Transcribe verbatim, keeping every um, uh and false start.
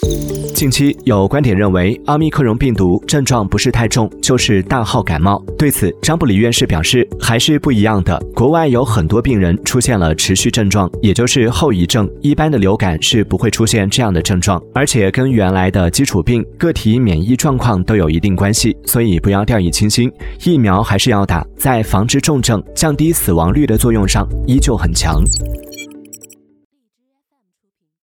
近期有观点认为，奥密克戎病毒症状不是太重，就是大号感冒。对此，张布里院士表示，还是不一样的。国外有很多病人出现了持续症状，也就是后遗症。一般的流感是不会出现这样的症状，而且跟原来的基础病、个体免疫状况都有一定关系，所以不要掉以轻心。疫苗还是要打，在防治重症、降低死亡率的作用上依旧很强。